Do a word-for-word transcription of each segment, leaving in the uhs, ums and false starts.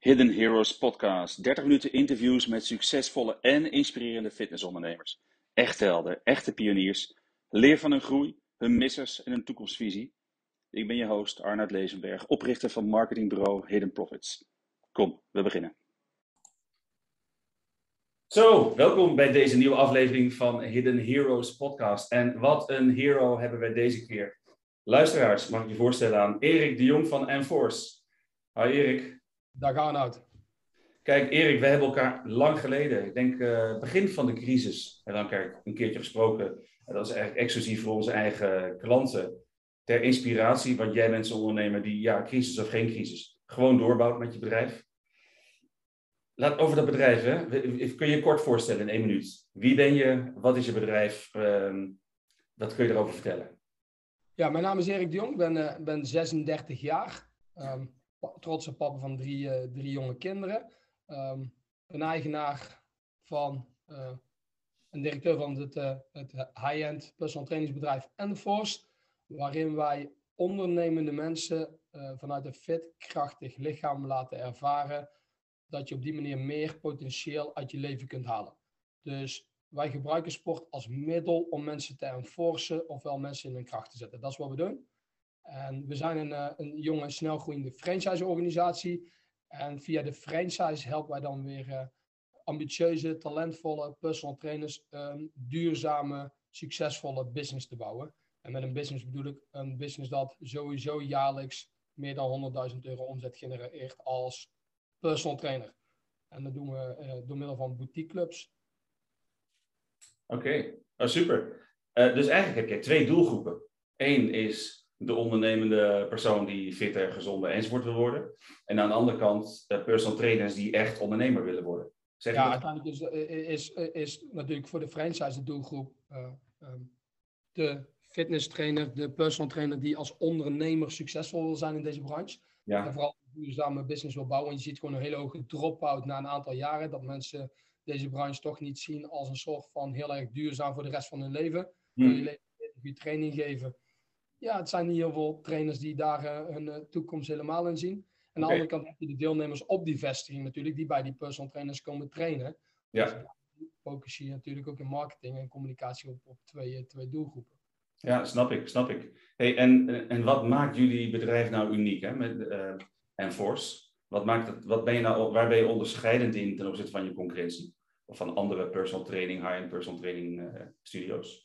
Hidden Heroes podcast. dertig minuten interviews met succesvolle en inspirerende fitnessondernemers. Echte helden, echte pioniers. Leer van hun groei, hun missers en hun toekomstvisie. Ik ben je host Arnoud Lezenberg, oprichter van marketingbureau Hidden Profits. Kom, we beginnen. Zo, welkom bij deze nieuwe aflevering van Hidden Heroes podcast. En wat een hero hebben wij deze keer. Luisteraars, mag ik je voorstellen aan Erik de Jong van Enforce. Hoi Erik. Dag Arnoud. Kijk Erik, we hebben elkaar lang geleden, ik denk uh, begin van de crisis, hebben we elkaar een keertje gesproken. En dat is eigenlijk exclusief voor onze eigen klanten. Ter inspiratie, want jij bent zo'n ondernemer die, ja, crisis of geen crisis, gewoon doorbouwt met je bedrijf. Laat over dat bedrijf, hè. Kun je je kort voorstellen in één minuut. Wie ben je? Wat is je bedrijf? Uh, wat kun je erover vertellen? Ja, mijn naam is Erik de Jong, ik ben, uh, ben zesendertig jaar. Um, trotse papa van drie, uh, drie jonge kinderen. Um, een eigenaar van uh, een directeur van het, uh, het high-end personal trainingsbedrijf Enforce, waarin wij ondernemende mensen uh, vanuit een fit, krachtig lichaam laten ervaren dat je op die manier meer potentieel uit je leven kunt halen. Dus wij gebruiken sport als middel om mensen te enforcen, ofwel mensen in hun kracht te zetten. Dat is wat we doen. En we zijn een, uh, een jonge, snelgroeiende franchise-organisatie. En via de franchise helpen wij dan weer uh, ambitieuze, talentvolle personal trainers een duurzame, succesvolle business te bouwen. En met een business bedoel ik een business dat sowieso jaarlijks meer dan honderdduizend euro omzet genereert als personal trainer. En dat doen we uh, door middel van boutiqueclubs. Oké, okay. Oh, super. Uh, dus eigenlijk heb je twee doelgroepen. Eén is de ondernemende persoon die fitter, gezonder enzovoort wil worden. En aan de andere kant uh, personal trainers die echt ondernemer willen worden. Zeg ja, uiteindelijk is, is, is, is natuurlijk voor de franchise de doelgroep uh, um, de fitness trainer, de personal trainer die als ondernemer succesvol wil zijn in deze branche. Ja. En vooral een duurzame business wil bouwen. Want je ziet gewoon een hele hoge drop-out na een aantal jaren. Dat mensen deze branche toch niet zien als een soort van heel erg duurzaam voor de rest van hun leven. Hmm. Wil je leven je training geven? Ja, het zijn niet heel veel trainers die daar uh, hun uh, toekomst helemaal in zien. En okay. Aan de andere kant heb je de deelnemers op die vestiging natuurlijk, die bij die personal trainers komen trainen. Ja. Dus daar focus je natuurlijk ook in marketing en communicatie op, op twee, uh, twee doelgroepen. Ja, snap ik, snap ik. Hey, en, en wat maakt jullie bedrijf nou uniek, hè, met uh, Enforce? Wat maakt het, wat ben je nou, waar ben je onderscheidend in ten opzichte van je concurrentie? Of van andere personal training, high-end personal training uh, studio's?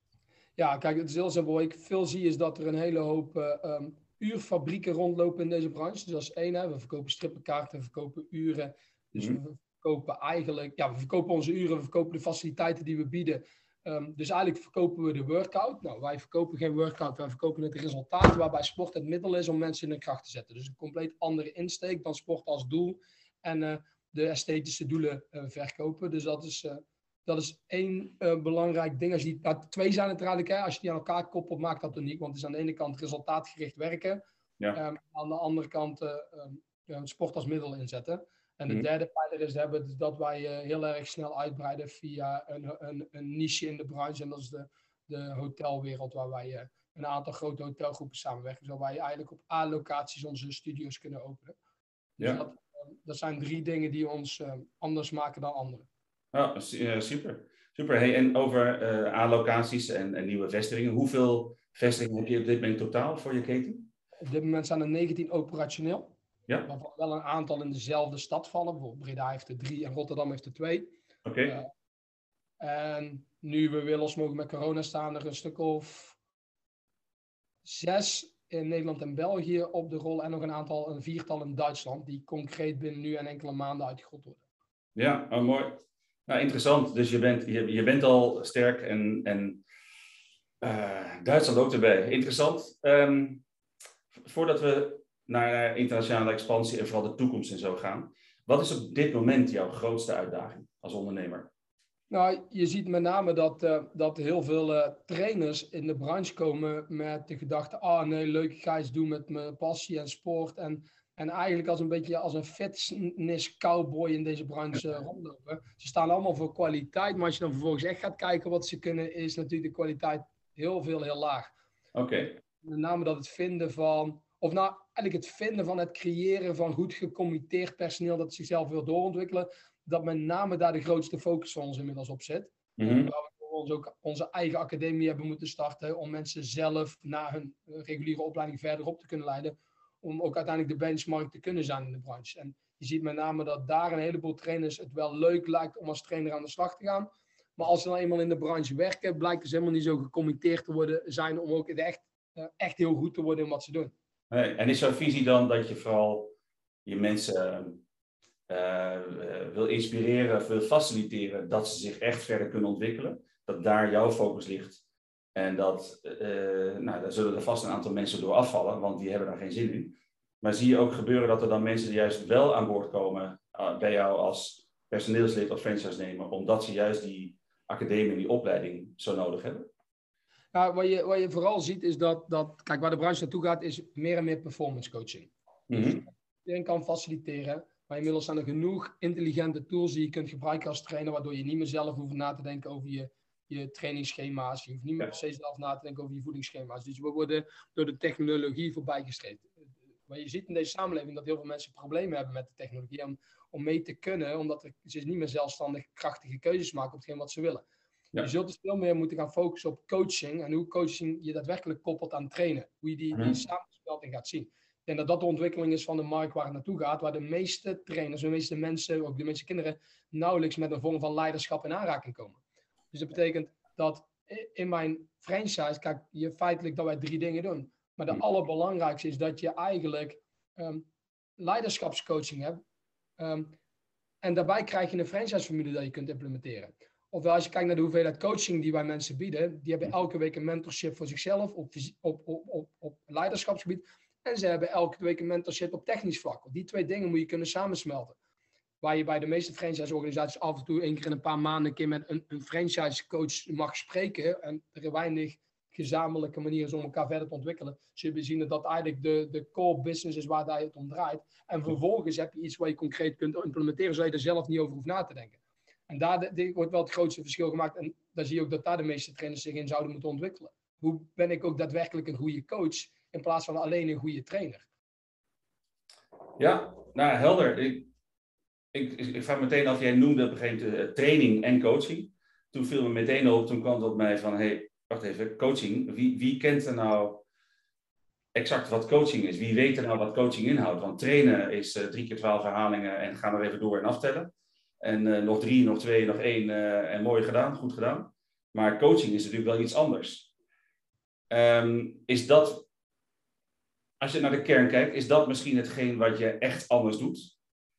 Ja, kijk, het is heel simpel. Wat ik veel zie is dat er een hele hoop uh, um, uurfabrieken rondlopen in deze branche. Dus dat is één, hè. We verkopen strippenkaarten, we verkopen uren. Dus mm-hmm. we verkopen eigenlijk, ja, we verkopen onze uren, we verkopen de faciliteiten die we bieden. Um, dus eigenlijk verkopen we de workout. Nou, wij verkopen geen workout, wij verkopen het resultaat waarbij sport het middel is om mensen in hun kracht te zetten. Dus een compleet andere insteek dan sport als doel en uh, de esthetische doelen uh, verkopen. Dus dat is... Uh, Dat is één uh, belangrijk ding. Als je, nou, twee zijn het eigenlijk, hè? Als je die aan elkaar koppelt, maakt dat uniek. Want het is aan de ene kant resultaatgericht werken. Ja. Um, aan de andere kant uh, um, sport als middel inzetten. En de mm. derde pijler is hebben, dat wij uh, heel erg snel uitbreiden via een, een, een niche in de branche. En dat is de, de hotelwereld, waar wij uh, een aantal grote hotelgroepen samenwerken. Zodat wij eigenlijk op A-locaties onze studio's kunnen openen. Dus ja. dat, uh, dat zijn drie dingen die ons uh, anders maken dan anderen. Oh, super. Super. Hey, en over uh, A-locaties en, en nieuwe vestigingen. Hoeveel vestigingen heb je op dit moment totaal voor je keten? Op dit moment zijn er negentien operationeel. Ja. Waarvan wel een aantal in dezelfde stad vallen. Bijvoorbeeld Breda heeft er drie en Rotterdam heeft er twee. Oké. Okay. Uh, en nu we willen ons mogen met corona staan er een stuk of zes in Nederland en België op de rol. En nog een aantal, een viertal in Duitsland. Die concreet binnen nu en enkele maanden uitgerold worden. Ja, oh, mooi. Nou, interessant. Dus je bent, je, je bent al sterk en, en uh, Duitsland ook erbij. Interessant. Um, voordat we naar internationale expansie en vooral de toekomst en zo gaan. Wat is op dit moment jouw grootste uitdaging als ondernemer? Nou, je ziet met name dat, uh, dat heel veel uh, trainers in de branche komen met de gedachte, ah nee, leuk, ik ga iets doen met mijn passie en sport. En, en eigenlijk als een beetje als een fitness cowboy in deze branche uh, rondlopen. Ze staan allemaal voor kwaliteit, maar als je dan vervolgens echt gaat kijken wat ze kunnen, is natuurlijk de kwaliteit heel veel, heel laag. Oké. Okay. Met name dat het vinden van of nou eigenlijk het vinden van het creëren van goed gecommitteerd personeel dat zichzelf wil doorontwikkelen, dat met name daar de grootste focus van ons inmiddels op zit. Mm-hmm. Waar we ons ook onze eigen academie hebben moeten starten om mensen zelf na hun reguliere opleiding verder op te kunnen leiden, om ook uiteindelijk de benchmark te kunnen zijn in de branche. En je ziet met name dat daar een heleboel trainers het wel leuk lijkt om als trainer aan de slag te gaan. Maar als ze dan eenmaal in de branche werken, blijkt dus helemaal niet zo gecommitteerd te worden zijn om ook echt, echt heel goed te worden in wat ze doen. Nee, en is jouw visie dan dat je vooral je mensen uh, wil inspireren, wil faciliteren, dat ze zich echt verder kunnen ontwikkelen? Dat daar jouw focus ligt? En dat, uh, nou, daar zullen er vast een aantal mensen door afvallen, want die hebben daar geen zin in. Maar zie je ook gebeuren dat er dan mensen juist wel aan boord komen uh, bij jou als personeelslid of franchise-nemer, omdat ze juist die academie, die opleiding zo nodig hebben? Ja, wat, je, wat je vooral ziet is dat, dat, kijk, waar de branche naartoe gaat, is meer en meer performance coaching. Mm-hmm. Dus iedereen kan faciliteren, maar inmiddels zijn er genoeg intelligente tools die je kunt gebruiken als trainer, waardoor je niet meer zelf hoeft na te denken over je, je trainingsschema's. Je hoeft niet meer per se zelf na te denken over je voedingsschema's. Dus we worden door de technologie voorbijgestreefd. Maar je ziet in deze samenleving dat heel veel mensen problemen hebben met de technologie om, om mee te kunnen, omdat er, ze niet meer zelfstandig krachtige keuzes maken op hetgeen wat ze willen. Ja. Je zult dus veel meer moeten gaan focussen op coaching en hoe coaching je daadwerkelijk koppelt aan trainen. Hoe je die, die samensmelting gaat zien. Ik denk dat dat de ontwikkeling is van de markt waar het naartoe gaat, waar de meeste trainers, de meeste mensen, ook de meeste kinderen, nauwelijks met een vorm van leiderschap in aanraking komen. Dus dat betekent dat in mijn franchise, kijk, je feitelijk dat wij drie dingen doen. Maar de allerbelangrijkste is dat je eigenlijk um, leiderschapscoaching hebt. Um, en daarbij krijg je een franchiseformule dat je kunt implementeren. Ofwel, als je kijkt naar de hoeveelheid coaching die wij mensen bieden, die hebben elke week een mentorship voor zichzelf op, op, op, op, op leiderschapsgebied. En ze hebben elke week een mentorship op technisch vlak. Die twee dingen moet je kunnen samensmelten. Waar je bij de meeste franchise-organisaties af en toe één keer in een paar maanden een keer met een, een franchise-coach mag spreken. En er weinig gezamenlijke manieren om elkaar verder te ontwikkelen. Zul je zien dat dat eigenlijk de, de core business is waar daar het om draait. En vervolgens heb je iets waar je concreet kunt implementeren, zodat je er zelf niet over hoeft na te denken. En daar de, wordt wel het grootste verschil gemaakt. En daar zie je ook dat daar de meeste trainers zich in zouden moeten ontwikkelen. Hoe ben ik ook daadwerkelijk een goede coach in plaats van alleen een goede trainer? Ja, nou helder. Ik, ik, ik vraag meteen af, jij noemde op een gegeven moment uh, training en coaching. Toen viel me meteen op, toen kwam het op mij van, hey, wacht even, coaching. Wie, wie kent er nou exact wat coaching is? Wie weet er nou wat coaching inhoudt? Want trainen is uh, drie keer twaalf herhalingen en ga er even door en aftellen. En uh, nog drie, nog twee, nog één uh, en mooi gedaan, goed gedaan. Maar coaching is natuurlijk wel iets anders. Um, is dat, als je naar de kern kijkt, is dat misschien hetgeen wat je echt anders doet?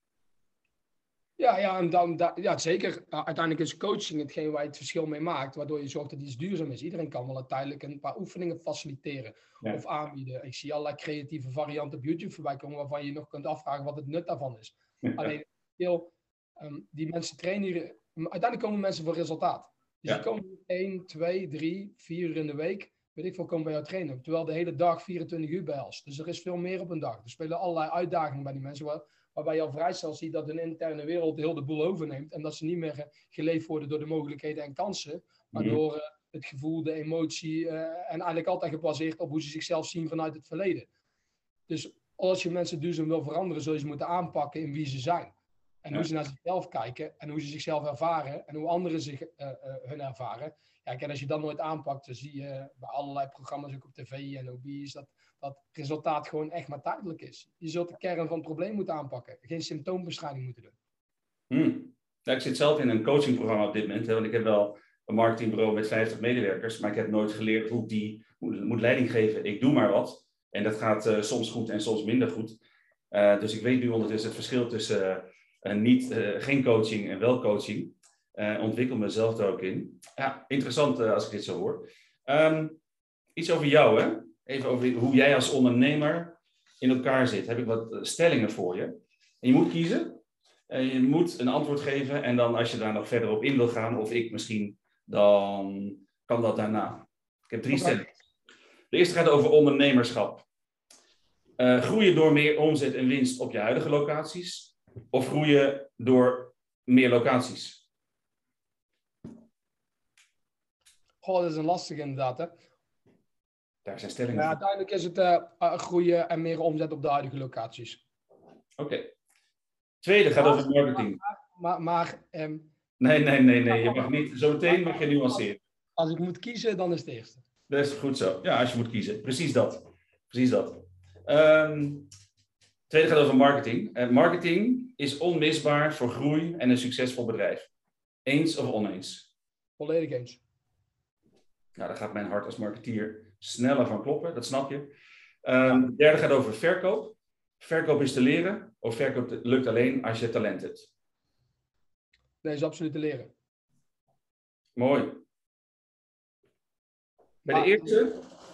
Ja, ja, en dan, da, ja zeker. Uh, uiteindelijk is coaching hetgeen waar je het verschil mee maakt, waardoor je zorgt dat iets duurzaam is. Iedereen kan wel tijdelijk een paar oefeningen faciliteren ja. of aanbieden. Ik zie allerlei creatieve varianten op YouTube voorbij komen waarvan je nog kunt afvragen wat het nut daarvan is. Ja. Alleen, heel, um, die mensen trainen hier, uiteindelijk komen mensen voor resultaat. Dus ja. die komen één, twee, drie, vier uur in de week, weet ik veel, komen bij jou trainen. Terwijl de hele dag vierentwintig uur behelst. Dus er is veel meer op een dag. Er spelen allerlei uitdagingen bij die mensen waar, waarbij je al vrij snel ziet dat hun interne wereld heel de boel overneemt. En dat ze niet meer geleefd worden door de mogelijkheden en kansen. Maar mm-hmm. door uh, het gevoel, de emotie. Uh, en eigenlijk altijd gebaseerd op hoe ze zichzelf zien vanuit het verleden. Dus als je mensen duurzaam wil veranderen, zul je ze moeten aanpakken in wie ze zijn. En ja. hoe ze naar zichzelf kijken. En hoe ze zichzelf ervaren. En hoe anderen zich, uh, uh, hun ervaren. Ja, en als je dat nooit aanpakt, dan zie je bij allerlai programma's ook op tv en O B's dat dat het resultaat gewoon echt maar tijdelijk is. Je zult de kern van het probleem moeten aanpakken. Geen symptoombestrijding moeten doen. Hmm. Ja, ik zit zelf in een coachingprogramma op dit moment. Hè, want ik heb wel een marketingbureau met vijftig medewerkers. Maar ik heb nooit geleerd hoe ik die moet, moet leiding geven. Ik doe maar wat. En dat gaat uh, soms goed en soms minder goed. Uh, dus ik weet nu ondertussen het verschil tussen uh, niet, uh, geen coaching en wel coaching. Uh, ontwikkel mezelf er ook in. Ja, interessant uh, als ik dit zo hoor. Um, iets over jou, hè? Even over hoe jij als ondernemer in elkaar zit. Heb ik wat stellingen voor je. En je moet kiezen. Uh, je moet een antwoord geven. En dan als je daar nog verder op in wil gaan, of ik misschien, dan kan dat daarna. Ik heb drie okay. stellingen. De eerste gaat over ondernemerschap. Uh, groeien door meer omzet en winst op je huidige locaties? Of groeien door meer locaties? Goh, dat is een lastige inderdaad, hè. Daar zijn stellingen Ja, voor. uiteindelijk is het uh, groeien en meer omzet op de huidige locaties. Oké. Okay. Tweede gaat maar, over marketing. Maar, maar, maar um, nee, nee, nee, nee. Je mag niet, zo meteen mag je nuanceren. Als ik moet kiezen, dan is het eerste. Dat is goed zo. Ja, als je moet kiezen. Precies dat. Precies dat. Um, tweede gaat over marketing. Uh, marketing is onmisbaar voor groei en een succesvol bedrijf. Eens of oneens? Volledig eens. Nou, daar gaat mijn hart als marketeer sneller van kloppen. Dat snap je. Um, de derde gaat over verkoop. Verkoop is te leren. Of verkoop lukt alleen als je talent hebt? Nee, is absoluut te leren. Mooi. Bij maar, de eerste...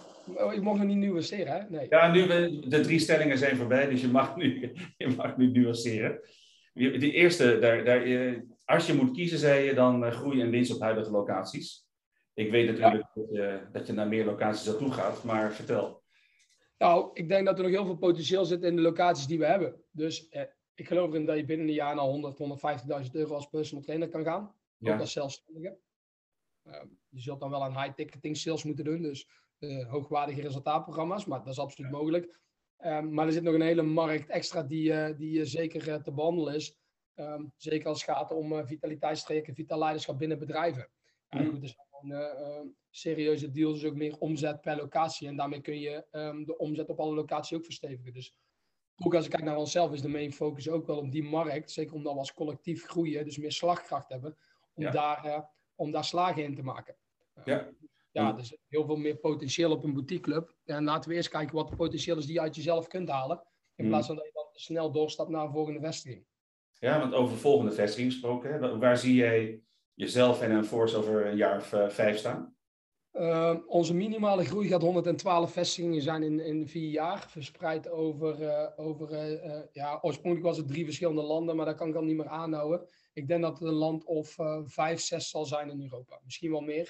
Ik mag nog niet nuanceren, hè? Nee. Ja, nu, de drie stellingen zijn voorbij, dus je mag nu, je mag nu nuanceren. Die eerste, daar, daar, als je moet kiezen, zei je dan groei en winst op huidige locaties. Ik weet natuurlijk ja. dat, je, dat je naar meer locaties naartoe gaat, maar vertel. Nou, ik denk dat er nog heel veel potentieel zit in de locaties die we hebben. Dus eh, ik geloof erin dat je binnen een jaar naar honderd, honderdvijftigduizend euro als personal trainer kan gaan. Ja. Ook als zelfstandige. Uh, je zult dan wel een high ticketing sales moeten doen, dus uh, hoogwaardige resultaatprogramma's, maar dat is absoluut ja. mogelijk. Um, maar er zit nog een hele markt extra die, uh, die uh, zeker uh, te behandelen is. Um, zeker als het gaat om uh, vitaliteitstrajecten, vitaal leiderschap binnen bedrijven. Mm. Uh, goed, er zijn gewoon uh, uh, serieuze deals, dus ook meer omzet per locatie. En daarmee kun je um, de omzet op alle locaties ook verstevigen. Dus ook als ik kijk naar onszelf, is de main focus ook wel op die markt. Zeker omdat we als collectief groeien, dus meer slagkracht hebben. Om, ja. daar, uh, om daar slagen in te maken. Uh, ja. Ja, er is heel veel meer potentieel op een boutiqueclub. En laten we eerst kijken wat het potentieel is die je uit jezelf kunt halen. In hmm. plaats van dat je dan snel doorstapt naar een volgende vestiging. Ja, want over volgende vestiging gesproken, hè? Waar zie jij jezelf en een Force over een jaar of uh, vijf staan? Uh, onze minimale groei gaat honderdtwaalf vestigingen zijn in, in vier jaar. Verspreid over, uh, over uh, uh, ja, oorspronkelijk was het drie verschillende landen, maar dat kan ik al niet meer aanhouden. Ik denk dat het een land of uh, vijf, zes zal zijn in Europa. Misschien wel meer.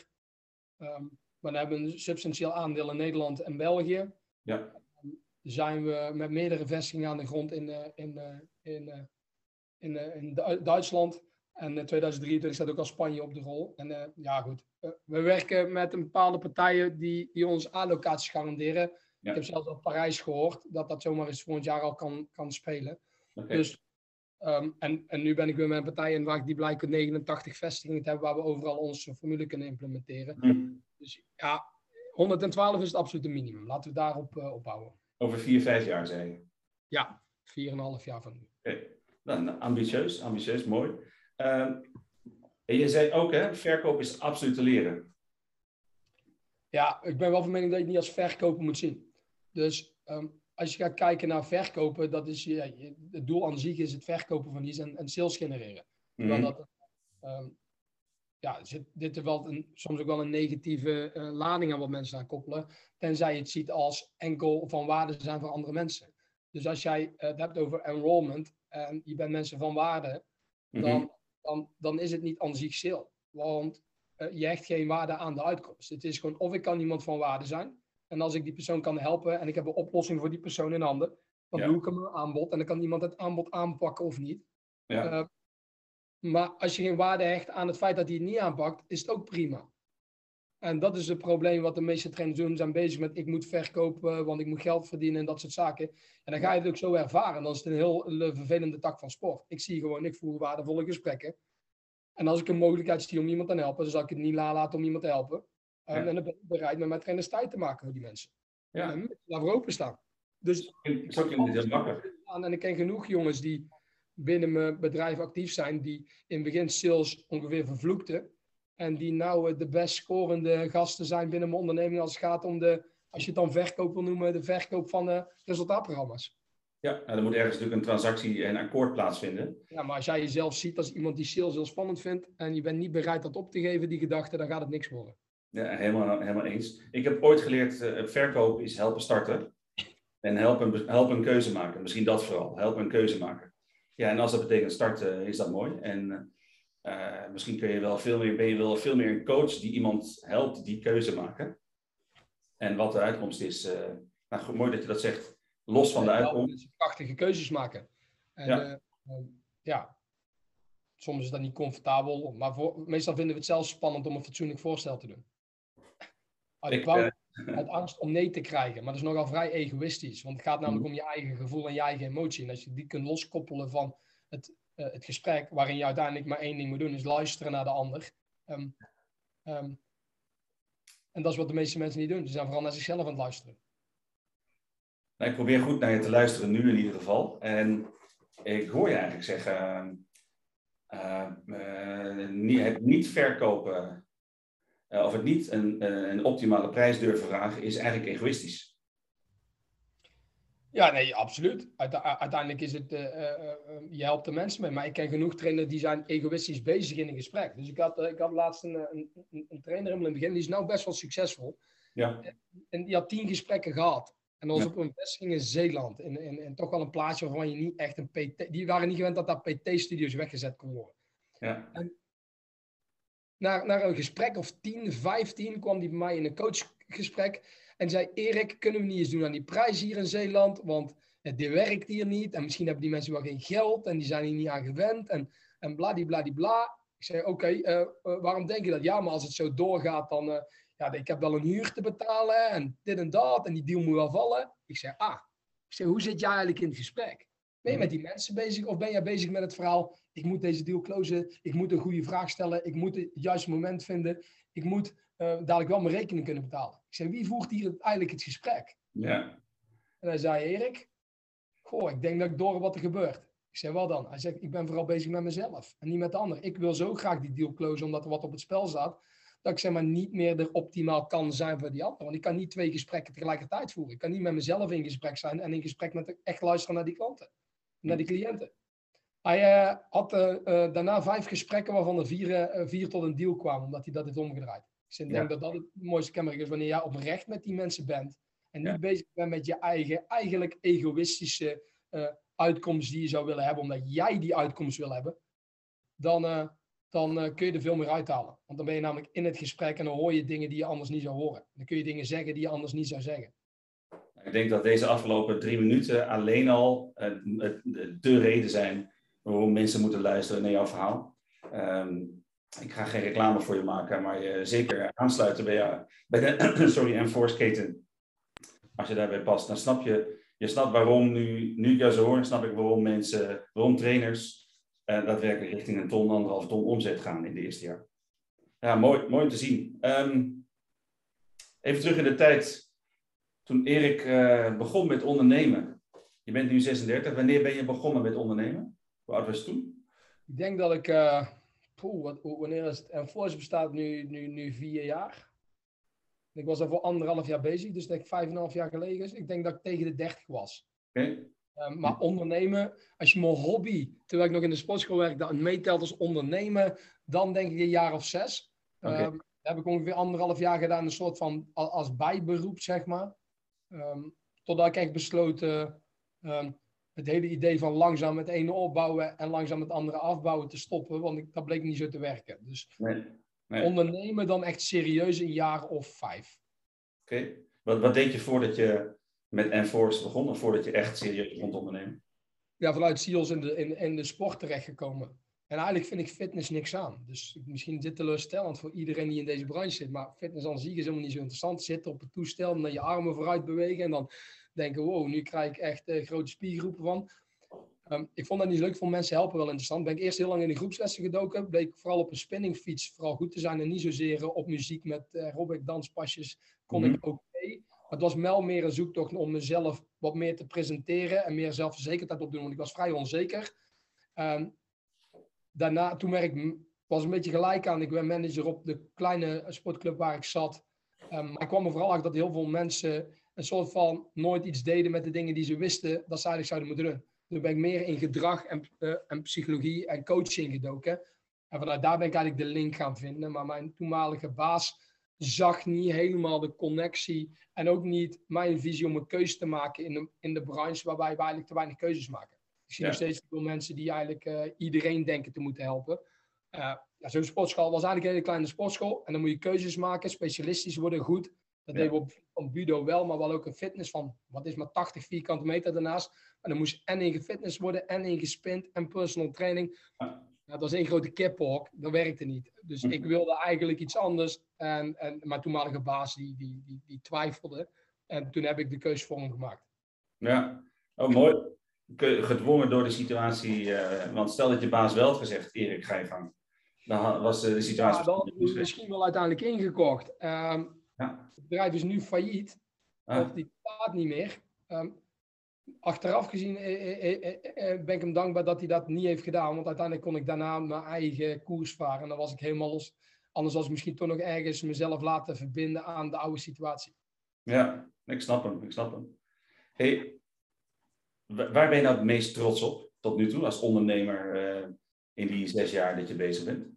Um, maar dan hebben we een substantieel aandeel in Nederland en België. Ja. Um, zijn we met meerdere vestigingen aan de grond in, uh, in, uh, in, uh, in, uh, in Du- Duitsland. En uh, tweeduizend drieëntwintig staat ook al Spanje op de rol. En uh, ja, goed. Uh, we werken met een bepaalde partijen die, die ons A-locaties garanderen. Ja. Ik heb zelfs al Parijs gehoord dat dat zomaar eens volgend jaar al kan, kan spelen. Okay. Dus, um, en, en nu ben ik weer met een partij in waar die blijken negenentachtig vestigingen te hebben waar we overal onze formule kunnen implementeren. Mm. Dus ja, honderdtwaalf is het absolute minimum. Laten we daarop uh, opbouwen. Over vier, vijf jaar, zei je? Ja, vier en een half jaar van nu. Oké, okay. Nou, ambitieus, ambitieus, mooi. Uh, en je zei ook, hè, verkoop is absoluut te leren. Ja, ik ben wel van mening dat je het niet als verkopen moet zien. Dus um, als je gaat kijken naar verkopen, dat is ja, het doel aan zich is het verkopen van iets en, en sales genereren. Terwijl mm-hmm. dat... Um, ja, zit dit er wel een, soms ook wel een negatieve uh, lading aan wat mensen aan koppelen. Tenzij je het ziet als enkel van waarde zijn voor andere mensen. Dus als jij uh, het hebt over enrollment en je bent mensen van waarde, mm-hmm. dan, dan, dan is het niet aan zich sale. Want uh, je hecht geen waarde aan de uitkomst. Het is gewoon of ik kan iemand van waarde zijn. En als ik die persoon kan helpen en ik heb een oplossing voor die persoon in handen, dan ja. doe ik hem een aanbod. En dan kan iemand het aanbod aanpakken of niet. Ja. Uh, Maar als je geen waarde hecht aan het feit dat hij het niet aanpakt, is het ook prima. En dat is het probleem wat de meeste trainers doen. Ze zijn bezig met ik moet verkopen, want ik moet geld verdienen en dat soort zaken. En dan ga je het ook zo ervaren. Dan is het een heel een vervelende tak van sport. Ik zie gewoon, ik voer waardevolle gesprekken. En als ik een mogelijkheid zie om iemand te helpen, dan zal ik het niet laten om iemand te helpen. Ja. En dan ben ik bereid met mijn trainers tijd te maken voor die mensen. Ja. En daarvoor openstaan. Dus ik zo kun je dit makkelijk. En ik ken genoeg jongens die binnen mijn bedrijf actief zijn, die in het begin sales ongeveer vervloekten. En die nou de best scorende gasten zijn binnen mijn onderneming als het gaat om de, als je het dan verkoop wil noemen, de verkoop van de resultaatprogramma's. Ja, nou, er moet ergens natuurlijk een transactie en akkoord plaatsvinden. Ja, maar als jij jezelf ziet als iemand die sales heel spannend vindt en je bent niet bereid dat op te geven, die gedachte, dan gaat het niks worden. Ja, helemaal, helemaal eens. Ik heb ooit geleerd, uh, verkoop is helpen starten. En helpen, helpen een keuze maken. Misschien dat vooral, helpen een keuze maken. Ja, en als dat betekent starten, is dat mooi. En uh, misschien kun je wel veel meer, ben je wel veel meer een coach die iemand helpt die keuze maken. En wat de uitkomst is. Uh, nou, goed, mooi dat je dat zegt. Los van de uitkomst. Ja, prachtige keuzes maken. En, ja. Uh, uh, ja, soms is dat niet comfortabel. Maar voor, meestal vinden we het zelfs spannend om een fatsoenlijk voorstel te doen. Uit, Ik, wou, uh... uit angst om nee te krijgen. Maar dat is nogal vrij egoïstisch. Want het gaat namelijk om je eigen gevoel en je eigen emotie. En als je die kunt loskoppelen van het, uh, het gesprek, waarin je uiteindelijk maar één ding moet doen, is luisteren naar de ander. Um, um, en dat is wat de meeste mensen niet doen. Ze zijn vooral naar zichzelf aan het luisteren. Nou, ik probeer goed naar je te luisteren nu in ieder geval. En ik hoor je eigenlijk zeggen, uh, uh, niet, het niet verkopen uh, of het niet een, uh, een optimale prijs durven vragen is eigenlijk egoïstisch. Ja, nee, absoluut. Uiteindelijk is het, uh, uh, je helpt de mensen mee. Maar ik ken genoeg trainers die zijn egoïstisch bezig in een gesprek. Dus ik had, uh, ik had laatst een, een, een trainer in het begin, die is nou best wel succesvol. Ja. En, en die had tien gesprekken gehad. En dat was Ja. op een vestiging in Zeeland. En, en, en toch wel een plaatsje waarvan je niet echt een P T... Die waren niet gewend dat daar P T-studio's weggezet kon worden. Ja. En na, na een gesprek of tien, vijftien kwam die bij mij in een coachgesprek. En zei, Erik, kunnen we niet eens doen aan die prijs hier in Zeeland? Want het dit werkt hier niet. En misschien hebben die mensen wel geen geld. En die zijn hier niet aan gewend. En, en bladibladibla. Ik zei, oké, okay, uh, uh, waarom denk je dat? Ja, maar als het zo doorgaat, dan... Uh, ja, ik heb wel een huur te betalen. En dit en dat. En die deal moet wel vallen. Ik zei, ah. Ik zei, hoe zit jij eigenlijk in het gesprek? Ben je met die mensen bezig? Of ben jij bezig met het verhaal... Ik moet deze deal closen. Ik moet een goede vraag stellen. Ik moet het juiste moment vinden. Ik moet... Uh, dadelijk wel mijn rekening kunnen betalen. Ik zei, wie voert hier eigenlijk het gesprek? Ja. En hij zei, Erik, goh, ik denk dat ik door wat er gebeurt. Ik zei, wel dan? Hij zegt, ik ben vooral bezig met mezelf en niet met de ander. Ik wil zo graag die deal closen, omdat er wat op het spel staat, dat ik zeg maar niet meer er optimaal kan zijn voor die ander. Want ik kan niet twee gesprekken tegelijkertijd voeren. Ik kan niet met mezelf in gesprek zijn en in gesprek met echt luisteren naar die klanten. Naar die cliënten. Hij uh, had uh, uh, daarna vijf gesprekken waarvan er vier, uh, vier tot een deal kwamen, omdat hij dat heeft omgedraaid. Dus ik denk ja. dat dat het mooiste kenmerk is wanneer jij oprecht met die mensen bent en niet ja. bezig bent met je eigen, eigenlijk egoïstische uh, uitkomst die je zou willen hebben, omdat jij die uitkomst wil hebben, dan, uh, dan uh, kun je er veel meer uithalen. Want dan ben je namelijk in het gesprek en dan hoor je dingen die je anders niet zou horen. Dan kun je dingen zeggen die je anders niet zou zeggen. Ik denk dat deze afgelopen drie minuten alleen al uh, de reden zijn waarom mensen moeten luisteren naar jouw verhaal. Um, Ik ga geen reclame voor je maken, maar je zeker aansluiten bij, jou, bij de sorry, Enforce keten. Als je daarbij past, dan snap je, je snapt waarom nu, nu ik jou zo hoor, snap ik waarom mensen, waarom trainers uh, daadwerkelijk richting een ton, anderhalf ton omzet gaan in het eerste jaar. Ja, mooi, mooi te zien. Um, even terug in de tijd, toen Erik uh, begon met ondernemen. Je bent nu zesendertig, wanneer ben je begonnen met ondernemen? Hoe oud was je toen? Ik denk dat ik... Uh... Poeh, wat, wanneer is het? Enforce bestaat nu, nu, nu vier jaar. Ik was er voor anderhalf jaar bezig, dus dat ik vijf en een half jaar geleden is. Ik denk dat ik tegen de dertig was. Okay. Uh, maar ondernemen, als je mijn hobby, terwijl ik nog in de sportschool werkte, meetelt als ondernemen, dan denk ik een jaar of zes. Okay. Um, dat heb ik ongeveer anderhalf jaar gedaan, een soort van als bijberoep, zeg maar. Um, totdat ik echt besloten... Um, het hele idee van langzaam het ene opbouwen en langzaam het andere afbouwen te stoppen, want ik, dat bleek niet zo te werken. Dus nee, nee. ondernemen dan echt serieus een jaar of vijf. Oké. Okay. Wat, wat deed je voordat je met Enforce begon, of voordat je echt serieus begon te ondernemen? Ja, vanuit S E A L S in de, in, in de sport terechtgekomen. En eigenlijk vind ik fitness niks aan. Dus misschien is dit teleurstellend voor iedereen die in deze branche zit, maar fitness aan zich is helemaal niet zo interessant. Zitten op het toestel en dan je armen vooruit bewegen en dan denken, wow, nu krijg ik echt uh, grote spiergroepen van. Um, ik vond dat niet zo leuk, vond mensen helpen wel interessant. Ben ik eerst heel lang in de groepslessen gedoken. Bleek vooral op een spinningfiets vooral goed te zijn en niet zozeer op muziek met uh, aerobic danspasjes kon mm-hmm. ik ook mee. Maar het was wel meer een zoektocht om mezelf wat meer te presenteren en meer zelfverzekerdheid op te doen, want ik was vrij onzeker. Um, daarna, toen werk, was een beetje gelijk aan, ik ben manager op de kleine sportclub waar ik zat. Um, maar ik kwam er vooral achter dat heel veel mensen een soort van nooit iets deden met de dingen die ze wisten dat ze eigenlijk zouden moeten doen. Toen ben ik meer in gedrag en, uh, en psychologie en coaching gedoken. En vanuit daar ben ik eigenlijk de link gaan vinden. Maar mijn toenmalige baas zag niet helemaal de connectie en ook niet mijn visie om een keuze te maken in de, in de branche waarbij we eigenlijk te weinig keuzes maken. Ik zie ja. nog steeds veel mensen die eigenlijk uh, iedereen denken te moeten helpen. Uh, ja, zo'n sportschool was eigenlijk een hele kleine sportschool. En dan moet je keuzes maken, specialistisch worden, goed. Dat ja. deden we op, op Budo wel, maar wel ook een fitness van, wat is maar tachtig vierkante meter daarnaast. En dan moest en in gefitness worden, en in gespind, en personal training. Ja. dat was één grote kiphok, dat werkte niet. Dus ik wilde eigenlijk iets anders. En, en mijn toenmalige baas die, die, die, die twijfelde. En toen heb ik de keuze voor hem gemaakt. Ja, oh mooi. Gedwongen door de situatie. Uh, want stel dat je baas wel had gezegd, Erik, ga je gang. Dan was de situatie... Ja, dan misschien wel uiteindelijk ingekocht. Um, ja. Het bedrijf is nu failliet. Ah. Of die staat niet meer. Um, achteraf gezien eh, eh, eh, ben ik hem dankbaar dat hij dat niet heeft gedaan. Want uiteindelijk kon ik daarna mijn eigen koers varen. En dan was ik helemaal los. Anders was ik misschien toch nog ergens mezelf laten verbinden aan de oude situatie. Ja, ik snap hem. Ik snap hem. Hey, waar ben je nou het meest trots op tot nu toe als ondernemer uh, in die zes jaar dat je bezig bent?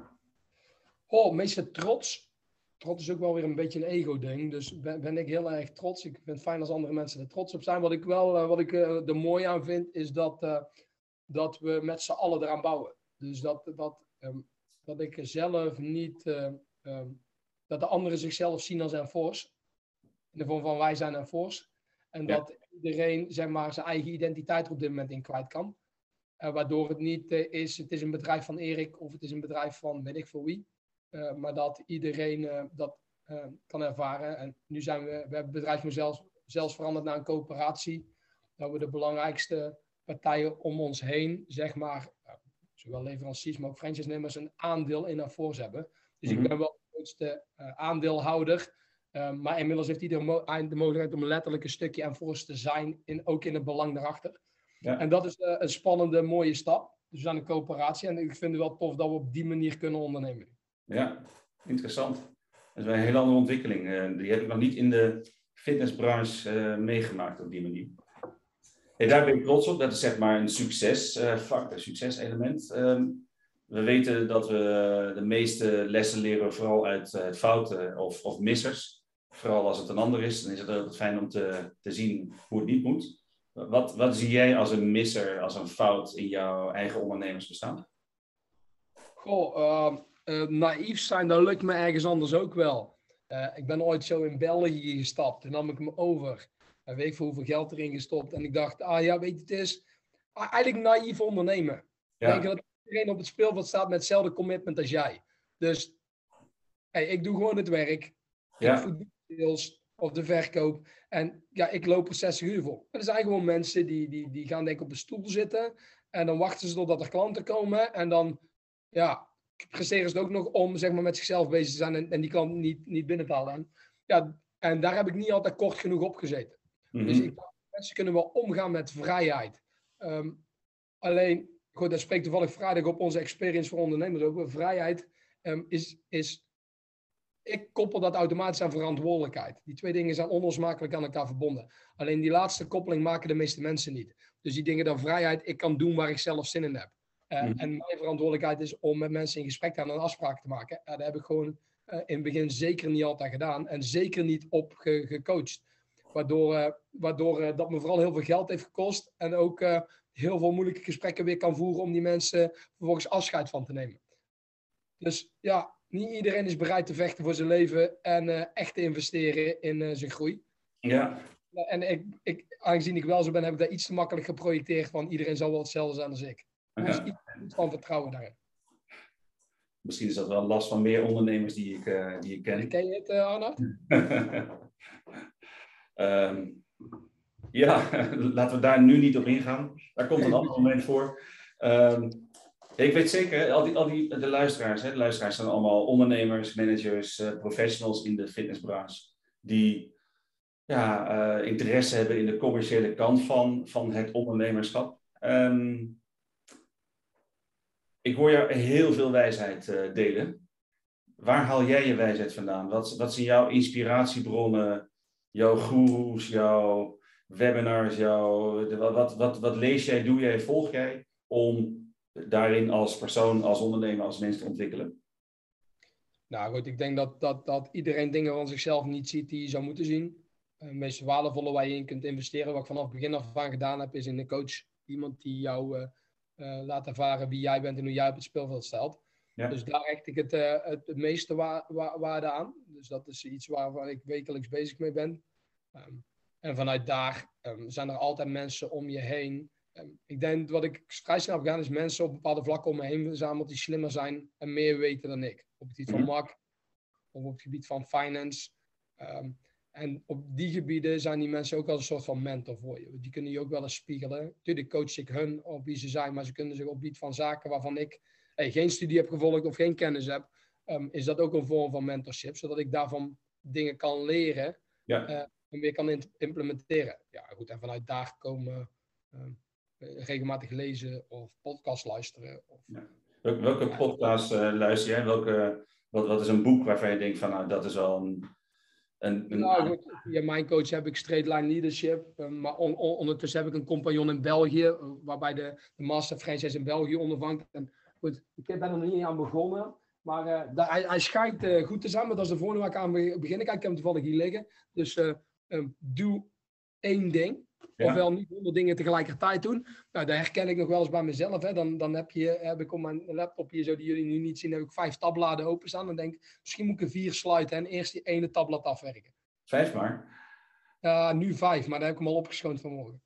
Oh, meeste trots. Trots is ook wel weer een beetje een ego-ding. Dus ben, ben ik heel erg trots. Ik vind het fijn als andere mensen er trots op zijn. Wat ik wel uh, wat ik, uh, er mooi aan vind, is dat, uh, dat we met z'n allen eraan bouwen. Dus dat, dat, um, dat ik zelf niet... Uh, um, dat de anderen zichzelf zien als een force. In de vorm van wij zijn een force. En dat ja. iedereen zeg maar, zijn eigen identiteit er op dit moment in kwijt kan. Uh, waardoor het niet uh, is, het is een bedrijf van Erik of het is een bedrijf van weet ik veel wie. Uh, maar dat iedereen uh, dat uh, kan ervaren. En nu zijn we, we hebben het bedrijf nu zelfs, zelfs veranderd naar een coöperatie. Dat we de belangrijkste partijen om ons heen, zeg maar, uh, zowel leveranciers, maar ook franchise-nemers, een aandeel in Aforce hebben. Dus mm-hmm. ik ben wel de grootste uh, aandeelhouder. Uh, maar inmiddels heeft iedereen mo- de mogelijkheid om letterlijk een stukje Aforce te zijn, in, ook in het belang daarachter. Ja. En dat is uh, een spannende, mooie stap. Dus we zijn een coöperatie en ik vind het wel tof dat we op die manier kunnen ondernemen. Ja, interessant. Dat is wel een hele andere ontwikkeling. Uh, die heb ik nog niet in de fitnessbranche uh, meegemaakt op die manier. Hey, daar ben ik trots op. Dat is zeg maar een succes, uh, fuck, een succeselement. Um, we weten dat we de meeste lessen leren vooral uit uh, fouten of, of missers. Vooral als het een ander is, dan is het altijd fijn om te, te zien hoe het niet moet. Wat, wat zie jij als een misser, als een fout in jouw eigen ondernemersbestaan? Goh, uh, uh, naïef zijn, dat lukt me ergens anders ook wel. Uh, ik ben ooit zo in België gestapt en nam ik me over. En weet ik voor hoeveel geld erin gestopt. En ik dacht, ah ja, weet je, het is eigenlijk naïef ondernemen. Ja. Ik denk dat iedereen op het speelveld staat met hetzelfde commitment als jij. Dus hey, ik doe gewoon het werk. Ja. Ik voed de sales of de verkoop. En ja, ik loop er zestig uur voor. En er zijn gewoon mensen die, die, die gaan denk ik op een stoel zitten. En dan wachten ze totdat er klanten komen. En dan, ja, presteren ze het ook nog om zeg maar, met zichzelf bezig te zijn en, en die klant niet, niet binnen te halen. En, ja, en daar heb ik niet altijd kort genoeg op gezeten. Mm-hmm. Dus ik dacht, mensen kunnen wel omgaan met vrijheid. Um, alleen, goed, daar spreekt toevallig vrijdag op onze experience voor ondernemers over. Vrijheid um, is, is, ik koppel dat automatisch aan verantwoordelijkheid. Die twee dingen zijn onlosmakelijk aan elkaar verbonden. Alleen die laatste koppeling maken de meeste mensen niet. Dus die dingen dan vrijheid, ik kan doen waar ik zelf zin in heb. Uh, mm-hmm. En mijn verantwoordelijkheid is om met mensen in gesprek te gaan en afspraken te maken. Uh, dat heb ik gewoon uh, in het begin zeker niet altijd gedaan. En zeker niet op ge- gecoacht. Waardoor, uh, waardoor uh, dat me vooral heel veel geld heeft gekost. En ook uh, heel veel moeilijke gesprekken weer kan voeren om die mensen vervolgens afscheid van te nemen. Dus ja, niet iedereen is bereid te vechten voor zijn leven en uh, echt te investeren in uh, zijn groei. Ja. En ik, ik, aangezien ik wel zo ben, heb ik daar iets te makkelijk geprojecteerd van iedereen zal wel hetzelfde zijn als ik. Dus ja. iets van vertrouwen daarin. Misschien is dat wel last van meer ondernemers die ik, uh, die ik ken. Ken je het, uh, Arnoud? um, ja, laten we daar nu niet op ingaan. Daar komt een ander moment voor. Um, ik weet zeker, al die, al die de luisteraars, hè, de luisteraars zijn allemaal ondernemers, managers, uh, professionals in de fitnessbranche. Die ja, uh, interesse hebben in de commerciële kant van, van het ondernemerschap. Um, Ik hoor jou heel veel wijsheid uh, delen. Waar haal jij je wijsheid vandaan? Wat, wat zijn jouw inspiratiebronnen, jouw goeroes, jouw webinars, jouw, de, wat, wat, wat lees jij, doe jij, volg jij om daarin als persoon, als ondernemer, als mens te ontwikkelen? Nou goed, ik denk dat, dat, dat iedereen dingen van zichzelf niet ziet die je zou moeten zien. Het uh, meest waardevolle waar je in kunt investeren, wat ik vanaf het begin af aan gedaan heb, is in een coach. Iemand die jou... Uh, Uh, laat ervaren wie jij bent en hoe jij op het speelveld staat. Ja. Dus daar hecht ik het, uh, het, het meeste wa- wa- waarde aan. Dus dat is iets waar ik wekelijks bezig mee ben. Um, en vanuit daar um, zijn er altijd mensen om je heen Um, ik denk wat ik vrij snel heb gedaan is mensen op bepaalde vlakken om me heen verzameld die slimmer zijn en meer weten dan ik. Op het gebied van Mm-hmm. marketing of op het gebied van finance. Um, en op die gebieden zijn die mensen ook als een soort van mentor voor je. Die kunnen je ook wel eens spiegelen. Natuurlijk coach ik hun op wie ze zijn, maar ze kunnen zich op het gebied van zaken waarvan ik hey, geen studie heb gevolgd of geen kennis heb, um, is dat ook een vorm van mentorship, zodat ik daarvan dingen kan leren Ja. uh, en weer kan implementeren. Ja, goed, en vanuit daar komen uh, regelmatig lezen of podcast luisteren. Of, ja. Welke, welke ja. podcast uh, luister jij? Welke, wat, wat is een boek waarvan je denkt van, nou, dat is wel een... een, een... Nou goed, via mijn coach heb ik Straight Line Leadership, uh, maar on, on, ondertussen heb ik een compagnon in België, uh, waarbij de, de Master Franchise in België ondervangt. En goed, ik ben er nog niet aan begonnen. Maar uh, daar, hij, hij schijnt uh, goed te zijn, maar dat is de volgende waar ik aan begin. Kijk, ik heb hem toevallig hier liggen. Dus uh, um, doe één ding. Ja. Ofwel niet honderd dingen tegelijkertijd doen. Nou, dat herken ik nog wel eens bij mezelf. Hè. Dan, dan heb, je, heb ik op mijn laptop hier, zo die jullie nu niet zien, heb ik vijf tabbladen openstaan. Dan denk ik, misschien moet ik er vier sluiten en eerst die ene tabblad afwerken. Vijf maar? Uh, nu vijf, maar daar heb ik hem al opgeschoond vanmorgen.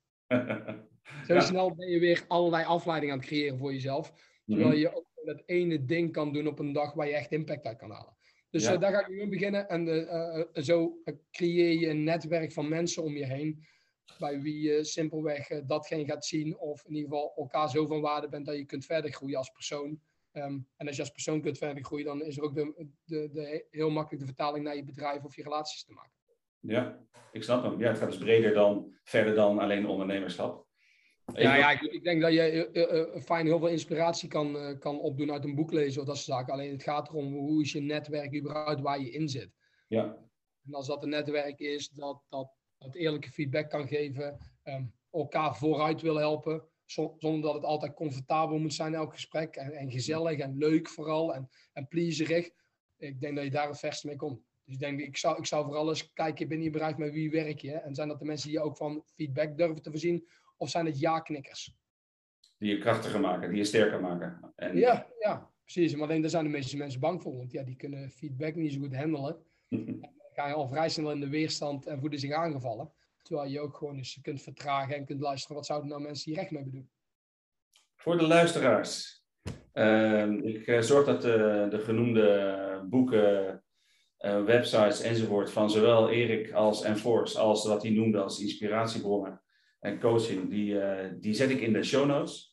Zo ja. Snel ben je weer allerlei afleidingen aan het creëren voor jezelf. Terwijl mm-hmm. je ook dat ene ding kan doen op een dag waar je echt impact uit kan halen. Dus ja. uh, daar ga ik nu in beginnen. En uh, uh, zo uh, creëer je een netwerk van mensen om je heen. Bij wie je simpelweg uh, datgene gaat zien. Of in ieder geval elkaar zo van waarde bent dat je kunt verder groeien als persoon. Um, en als je als persoon kunt verder groeien, dan is er ook de, de, de, heel makkelijk de vertaling naar je bedrijf of je relaties te maken. Ja, ik snap hem. Ja, het gaat dus breder dan, verder dan alleen ondernemerschap. Ja, ja ik, ik denk dat je uh, uh, fijn heel veel inspiratie kan, uh, kan opdoen uit een boek lezen of dat soort zaken. Alleen het gaat erom hoe is je netwerk überhaupt waar je in zit. Ja. En als dat een netwerk is dat, dat, dat eerlijke feedback kan geven, um, elkaar vooruit wil helpen, zo, zonder dat het altijd comfortabel moet zijn elk gesprek. En, en gezellig en leuk vooral en, en pleaserig. Ik denk dat je daar het verste mee komt. Dus ik denk, ik zou, ik zou vooral eens kijken binnen je bedrijf met wie werk je. En zijn dat de mensen die je ook van feedback durven te voorzien? Of zijn het ja-knikkers? Die je krachtiger maken, die je sterker maken. En... Ja, ja, precies. Maar alleen daar zijn de meeste mensen bang voor. Want ja, die kunnen feedback niet zo goed handelen. Dan ga je al vrij snel in de weerstand en voelen zich aangevallen. Terwijl je ook gewoon eens kunt vertragen en kunt luisteren. Wat zouden nou mensen hier recht mee doen? Voor de luisteraars. Uh, ik uh, zorg dat de, de genoemde boeken, uh, websites enzovoort van zowel Erik als Enforce als wat hij noemde als inspiratiebronnen en coaching, die, uh, die zet ik in de show notes.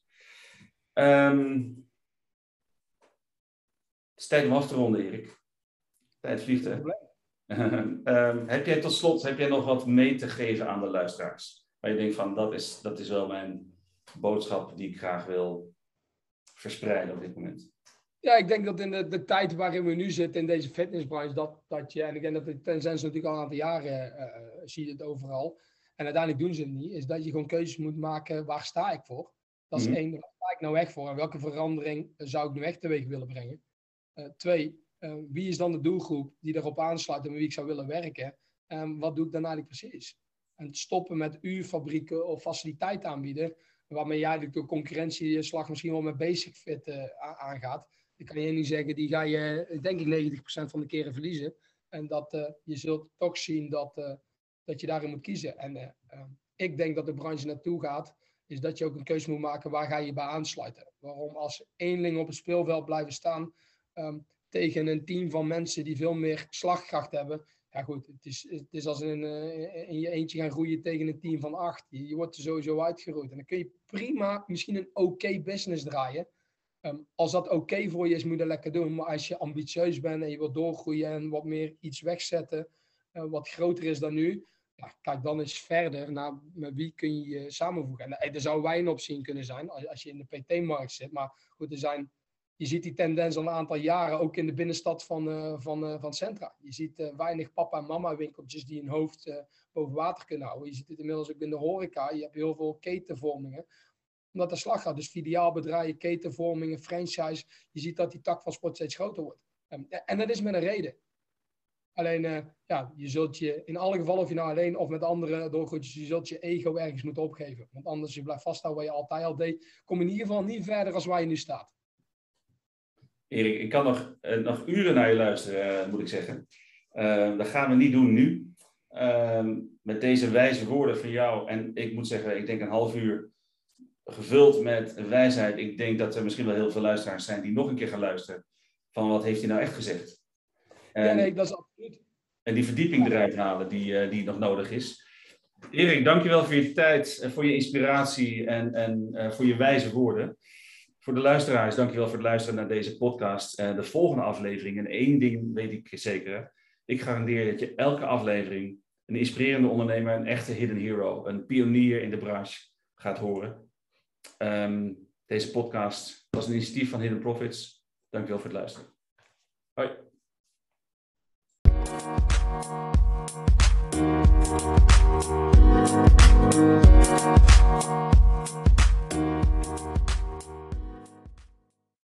Um, het is tijd om af te ronden, Erik. Tijd vliegt, hè? um, heb jij tot slot heb jij nog wat mee te geven aan de luisteraars? Waar je denkt van, dat is, dat is wel mijn boodschap die ik graag wil verspreiden op dit moment. Ja, ik denk dat in de, de tijd waarin we nu zitten in deze fitnessbranche, dat, dat je, en ik denk dat de tendens natuurlijk al een aantal jaren uh, zie je het overal. En uiteindelijk doen ze het niet, is dat je gewoon keuzes moet maken, waar sta ik voor? Dat is mm-hmm. één, waar sta ik nou echt voor? En welke verandering zou ik nu echt teweeg willen brengen? Uh, twee, uh, wie is dan de doelgroep die erop aansluit en met wie ik zou willen werken? En wat doe ik dan eigenlijk precies? En stoppen met uurfabrieken of faciliteiten aanbieden, waarmee je eigenlijk door concurrentieslag misschien wel met basic fit uh, aangaat. Dan kan je niet zeggen, die ga je denk ik negentig procent van de keren verliezen. En dat uh, je zult toch zien dat, uh, dat je daarin moet kiezen. En uh, uh, ik denk dat de branche naartoe gaat, is dat je ook een keuze moet maken, waar ga je bij aansluiten. Waarom als eenling op het speelveld blijven staan um, tegen een team van mensen die veel meer slagkracht hebben. Ja goed, het is, het is als in, uh, in je eentje gaan groeien tegen een team van acht. Je, je wordt er sowieso uitgeroeid. En dan kun je prima misschien een oké okay business draaien. Um, als dat oké okay voor je is, moet je dat lekker doen. Maar als je ambitieus bent en je wilt doorgroeien en wat meer iets wegzetten, uh, wat groter is dan nu, ja, kijk dan eens verder naar met wie kun je je samenvoegen. En uh, er zou weinig optie in kunnen zijn als, als je in de P T-markt zit. Maar goed, er zijn, je ziet die tendens al een aantal jaren ook in de binnenstad van, uh, van, uh, van Centra. Je ziet uh, weinig papa- en mama-winkeltjes die hun hoofd uh, boven water kunnen houden. Je ziet het inmiddels ook in de horeca. Je hebt heel veel ketenvormingen. Omdat de slag gaat. Dus filiaalbedrijven, ketenvormingen, franchise. Je ziet dat die tak van sport steeds groter wordt. Um, en dat is met een reden. Alleen, uh, ja, je zult je in alle gevallen, of je nou alleen of met anderen doorgroeit, je zult je ego ergens moeten opgeven. Want anders je blijft vasthouden wat je altijd al deed, kom je in ieder geval niet verder als waar je nu staat. Erik, ik kan nog, uh, nog uren naar je luisteren, uh, moet ik zeggen. Uh, dat gaan we niet doen nu. Uh, met deze wijze woorden van jou. En ik moet zeggen, ik denk een half uur gevuld met wijsheid. Ik denk dat er misschien wel heel veel luisteraars zijn die nog een keer gaan luisteren. Van wat heeft hij nou echt gezegd? En, ja, nee, dat is absoluut. En die verdieping eruit halen die, uh, die nog nodig is. Erik, dankjewel voor je tijd, uh, voor je inspiratie en, en uh, voor je wijze woorden. Voor de luisteraars, dankjewel voor het luisteren naar deze podcast. Uh, de volgende aflevering, en één ding weet ik zeker. Ik garandeer dat je elke aflevering een inspirerende ondernemer, een echte hidden hero, een pionier in de branche gaat horen. Um, deze podcast was een initiatief van Hidden Profits. Dankjewel voor het luisteren. Hoi. Thank you.